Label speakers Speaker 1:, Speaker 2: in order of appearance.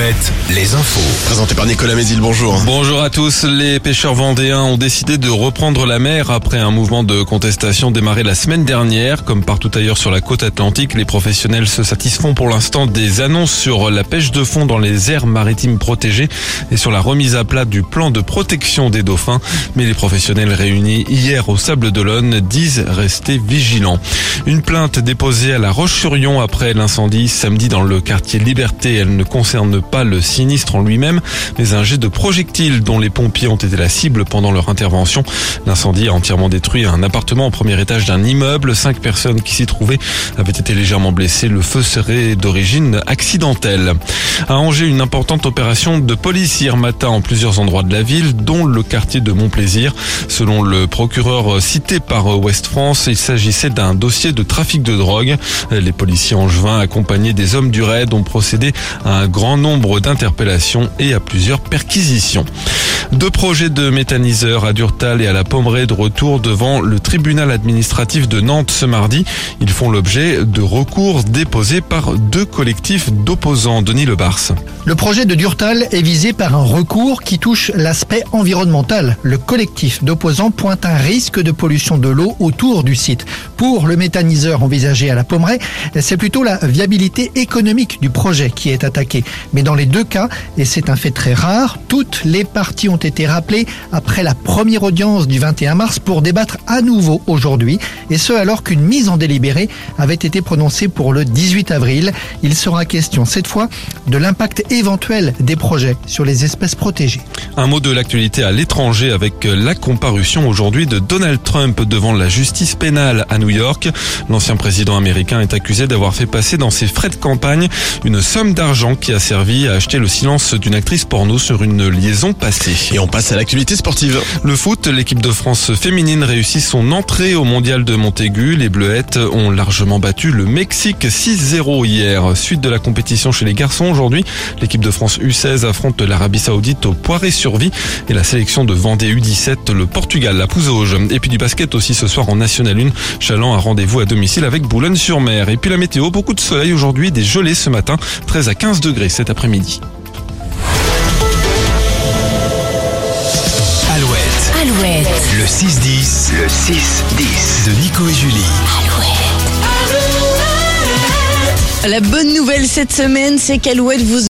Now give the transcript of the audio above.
Speaker 1: Alouette, les infos.
Speaker 2: Présenté par Nicolas Mézil, bonjour.
Speaker 3: Bonjour à tous. Les pêcheurs vendéens ont décidé de reprendre la mer après un mouvement de contestation démarré la semaine dernière. Comme partout ailleurs sur la côte atlantique, les professionnels se satisfont pour l'instant des annonces sur la pêche de fond dans les aires maritimes protégées et sur la remise à plat du plan de protection des dauphins. Mais les professionnels réunis hier au Sables-d'Olonne disent rester vigilants. Une plainte déposée à La Roche-sur-Yon après l'incendie samedi dans le quartier Liberté. Elle ne concerne pas le sinistre en lui-même, mais un jet de projectiles dont les pompiers ont été la cible pendant leur intervention. L'incendie a entièrement détruit un appartement au premier étage d'un immeuble. 5 personnes qui s'y trouvaient avaient été légèrement blessées. Le feu serait d'origine accidentelle. À Angers, une importante opération de police hier matin en plusieurs endroits de la ville, dont le quartier de Montplaisir. Selon le procureur cité par Ouest France, il s'agissait d'un dossier de trafic de drogue. Les policiers angevins accompagnés des hommes du raid ont procédé à un grand nombre d'interpellations et à plusieurs perquisitions. 2 projets de méthaniseurs à Durtal et à la Pommeraye de retour devant le tribunal administratif de Nantes ce mardi. Ils font l'objet de recours déposés par 2 collectifs d'opposants. Denis Lebars.
Speaker 4: Le projet de Durtal est visé par un recours qui touche l'aspect environnemental. Le collectif d'opposants pointe un risque de pollution de l'eau autour du site. Pour le méthaniseur envisagé à la Pommeraye, c'est plutôt la viabilité économique du projet qui est attaquée. Mais dans les 2 cas, et c'est un fait très rare, toutes les parties ont été rappelées après la première audience du 21 mars pour débattre à nouveau aujourd'hui, et ce alors qu'une mise en délibéré avait été prononcée pour le 18 avril. Il sera question cette fois de l'impact éventuel des projets sur les espèces protégées.
Speaker 3: Un mot de l'actualité à l'étranger avec la comparution aujourd'hui de Donald Trump devant la justice pénale à New York. L'ancien président américain est accusé d'avoir fait passer dans ses frais de campagne une somme d'argent qui a servi à acheter le silence d'une actrice porno sur une liaison passée.
Speaker 2: Et on passe à l'actualité sportive.
Speaker 3: Le foot, l'équipe de France féminine réussit son entrée au mondial de Montaigu. Les Bleuettes ont largement battu le Mexique 6-0 hier. Suite de la compétition chez les garçons aujourd'hui, l'équipe de France U16 affronte l'Arabie Saoudite au Poiré-sur-Vie et la sélection de Vendée U17 le Portugal à Pouzauges. Et puis du basket aussi ce soir en National 1. Chaland a rendez-vous à domicile avec Boulogne-sur-Mer. Et puis la météo, beaucoup de soleil aujourd'hui, des gelées ce matin, 13 à 15 degrés cet après-midi.
Speaker 1: Alouette, le 6-10. Le 6-10 de Nico et Julie.
Speaker 5: La bonne nouvelle cette semaine, c'est qu'Alouette vous